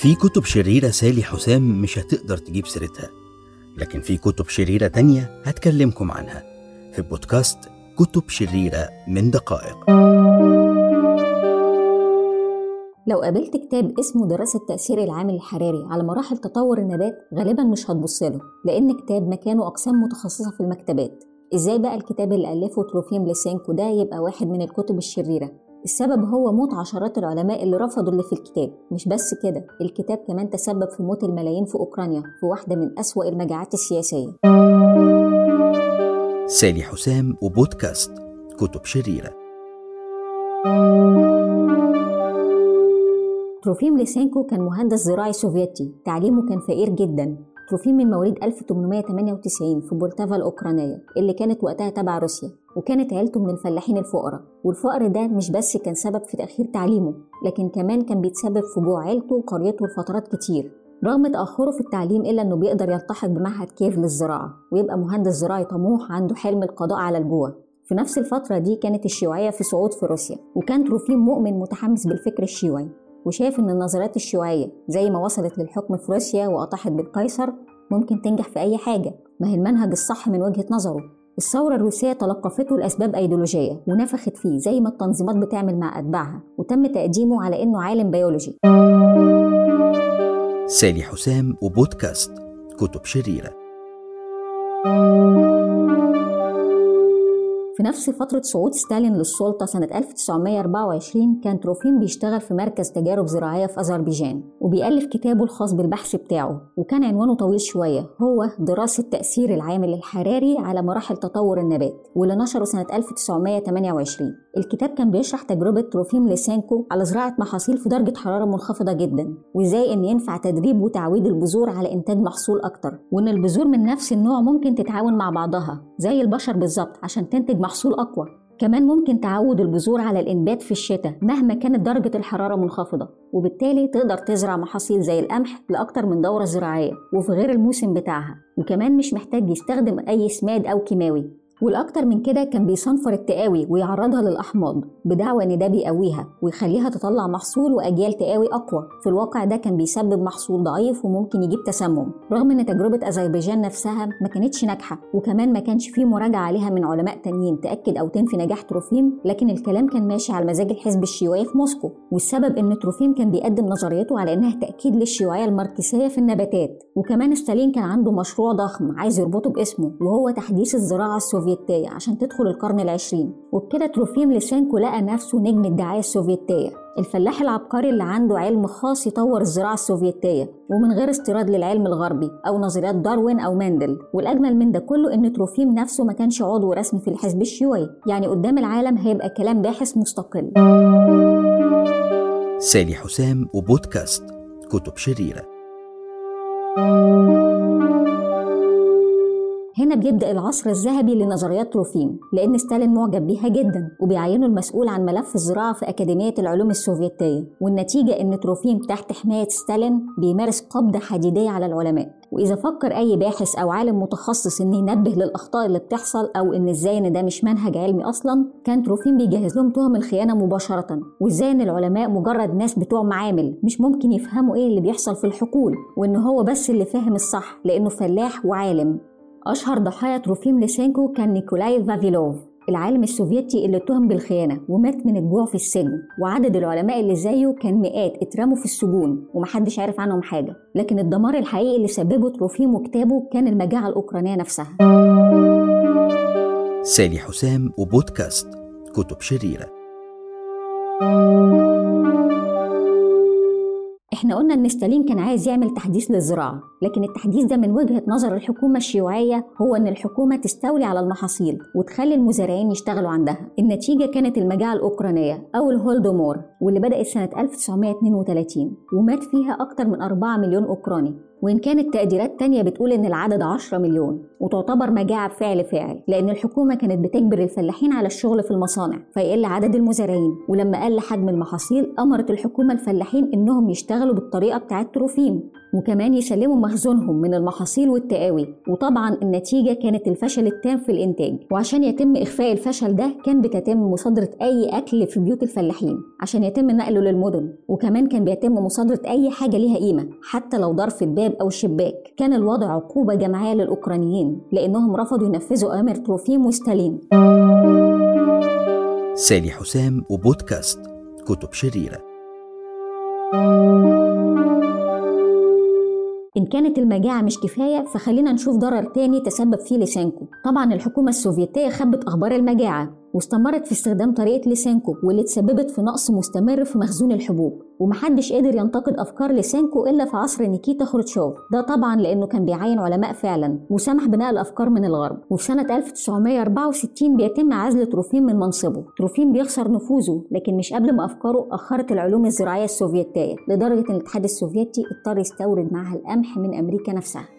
في كتب شريرة سالي حسام مش هتقدر تجيب سيرتها، لكن في كتب شريرة تانية هتكلمكم عنها في بودكاست كتب شريرة من دقائق. لو قابلت كتاب اسمه دراسة تأثير العامل الحراري على مراحل تطور النبات غالبا مش هتبصله، لأن كتاب مكانه أقسام متخصصة في المكتبات. إزاي بقى الكتاب اللي ألفه تروفيم ليسينكو ده يبقى واحد من الكتب الشريرة؟ السبب هو موت عشرات العلماء اللي رفضوا اللي في الكتاب. مش بس كده، الكتاب كمان تسبب في موت الملايين في أوكرانيا في واحدة من أسوأ المجاعات السياسية. سالي حسام وبودكاست كتب شريرة. تروفيم ليسينكو كان مهندس زراعي سوفيتي، تعليمه كان فقير جدا. تروفيم من مواليد 1898 في بولتافا الأوكرانية اللي كانت وقتها تبع روسيا، وكانت عيلته من الفلاحين الفقراء. والفقر ده مش بس كان سبب في تأخير تعليمه، لكن كمان كان بيتسبب في جوع عيلته وقريته لفترات كتير. رغم تأخره في التعليم إلا أنه بيقدر يلتحق بمعهد كييف للزراعة ويبقى مهندس زراعي طموح عنده حلم القضاء على الجوع. في نفس الفترة دي كانت الشيوعية في صعود في روسيا، وكان تروفيم مؤمن متحمس بالفكر الشيوعي، وشايف ان النظريات الشيوعية زي ما وصلت للحكم في روسيا وأطاحت بالقيصر ممكن تنجح في أي حاجة، ما هي المنهج الصح من وجهة نظره. الثورة الروسية تلقفته لأسباب أيديولوجية ونفخت فيه زي ما التنظيمات بتعمل مع أتباعها، وتم تقديمه على إنه عالم بيولوجي. سالي حسام وبودكاست كتب شريرة. في نفس فترة صعود ستالين للسلطة سنة 1924 كان تروفيم بيشتغل في مركز تجارب زراعية في أذربيجان، وبيألف كتابه الخاص بالبحث بتاعه، وكان عنوانه طويل شوية، هو دراسة تأثير العامل الحراري على مراحل تطور النبات، واللي نشره سنة 1928. الكتاب كان بيشرح تجربة تروفيم ليسينكو على زراعة محاصيل في درجة حرارة منخفضة جدا، وإزاي إن ينفع تدريب وتعويد البذور على إنتاج محصول أكتر، وإن البذور من نفس النوع ممكن تتعاون مع بعضها زي البشر بالظبط عشان تنتج محصول أقوى. كمان ممكن تعود البذور على الإنبات في الشتاء مهما كانت درجة الحرارة منخفضة، وبالتالي تقدر تزرع محاصيل زي القمح لأكتر من دورة زراعية وفي غير الموسم بتاعها، وكمان مش محتاج يستخدم أي سماد أو كيماوي. والأكتر من كده كان بيصنفر التقاوي ويعرضها للأحماض بدعوى إن ده بيقويها ويخليها تطلع محصول وأجيال تقاوي أقوى. في الواقع ده كان بيسبب محصول ضعيف وممكن يجيب تسمم، رغم إن تجربة أذربيجان نفسها ما كانتش ناجحة، وكمان ما كانش فيه مراجعة عليها من علماء تانيين تأكد أو تنفي نجاح تروفيم، لكن الكلام كان ماشي على مزاج الحزب الشيوعي في موسكو. والسبب إن تروفيم كان بيقدم نظريته على إنها تأكيد للشيوعية الماركسية في النباتات. وكمان ستالين كان عنده مشروع ضخم عايز يربطه باسمه، وهو تحديث الزراعة السوفيتية عشان تدخل القرن العشرين. وبكده تروفيم ليسينكو لقى نفسه نجم الدعاية السوفيتية، الفلاح العبقري اللي عنده علم خاص يطور الزراعة السوفيتية ومن غير استيراد للعلم الغربي أو نظريات داروين أو مندل. والأجمل من ده كله إن تروفيم نفسه ما كانش عضو رسمي في الحزب الشيوعي، يعني قدام العالم هيبقى كلام باحث مستقل. سالي حسام وبودكاست كتب شريرة. هنا بيبدأ العصر الذهبي لنظريات تروفيم، لأن ستالين معجب بيها جدا وبيعينه المسؤول عن ملف الزراعة في أكاديمية العلوم السوفيتية. والنتيجة إن تروفيم تحت حماية ستالين بيمارس قبضة حديدية على العلماء. وإذا فكر أي باحث أو عالم متخصص إن ينبه للأخطاء اللي بتحصل أو إن إزاي إن ده مش منهج علمي أصلا، كان تروفيم بيجهز لهم تهم الخيانة مباشرة، وإزاي إن العلماء مجرد ناس بتوع معامل مش ممكن يفهموا إيه اللي بيحصل في الحقول، وإن هو بس اللي فاهم الصح لأنه فلاح وعالم. أشهر ضحايا تروفيم ليسينكو كان نيكولاي فافيلوف، العالم السوفيتي اللي اتهم بالخيانة ومات من الجوع في السجن. وعدد العلماء اللي زيه كان مئات اترموا في السجون ومحدش عارف عنهم حاجة. لكن الدمار الحقيقي اللي سببه تروفيم وكتابه كان المجاعة الأوكرانية نفسها. سالي حسام وبودكاست كتب شريرة. احنا قلنا ان ستالين كان عايز يعمل تحديث للزراعة، لكن التحديث ده من وجهة نظر الحكومة الشيوعية هو ان الحكومة تستولي على المحاصيل وتخلي المزارعين يشتغلوا عندها. النتيجة كانت المجاعة الأوكرانية أو الهولدومور، واللي بدأت سنة 1932 ومات فيها أكتر من 4 مليون أوكراني. وإن كانت تقديرات تانية بتقول إن العدد 10 مليون، وتعتبر مجاعة بفعل لأن الحكومة كانت بتجبر الفلاحين على الشغل في المصانع فيقل عدد المزارعين، ولما قل حجم المحاصيل أمرت الحكومة الفلاحين إنهم يشتغلوا بالطريقة بتاعت تروفيم. وكمان يسلموا مخزونهم من المحاصيل والتقاوي، وطبعا النتيجة كانت الفشل التام في الإنتاج. وعشان يتم إخفاء الفشل ده كان بتتم مصادرة أي أكل في بيوت الفلاحين عشان يتم نقله للمدن، وكمان كان بيتم مصادرة أي حاجة ليها قيمة حتى لو ظرف الباب أو الشباك. كان الوضع عقوبة جماعية للأوكرانيين لأنهم رفضوا ينفذوا أوامر تروفيم وستالين. سالي حسام وبودكاست كتب شريرة. إن كانت المجاعة مش كفاية فخلينا نشوف ضرر تاني تسبب فيه ليسينكو. طبعا الحكومة السوفيتية خبت أخبار المجاعة واستمرت في استخدام طريقة ليسينكو واللي تسببت في نقص مستمر في مخزون الحبوب، ومحدش قدر ينتقد أفكار ليسينكو إلا في عصر نيكيتا خروتشوف، ده طبعا لأنه كان بيعين علماء فعلا وسمح بنقل الأفكار من الغرب. وفي سنة 1964 بيتم عزل تروفيم من منصبه. تروفيم بيخسر نفوذه لكن مش قبل ما أفكاره أخرت العلوم الزراعية السوفيتية لدرجة أن الاتحاد السوفيتي اضطر يستورد معها القمح من أمريكا نفسها.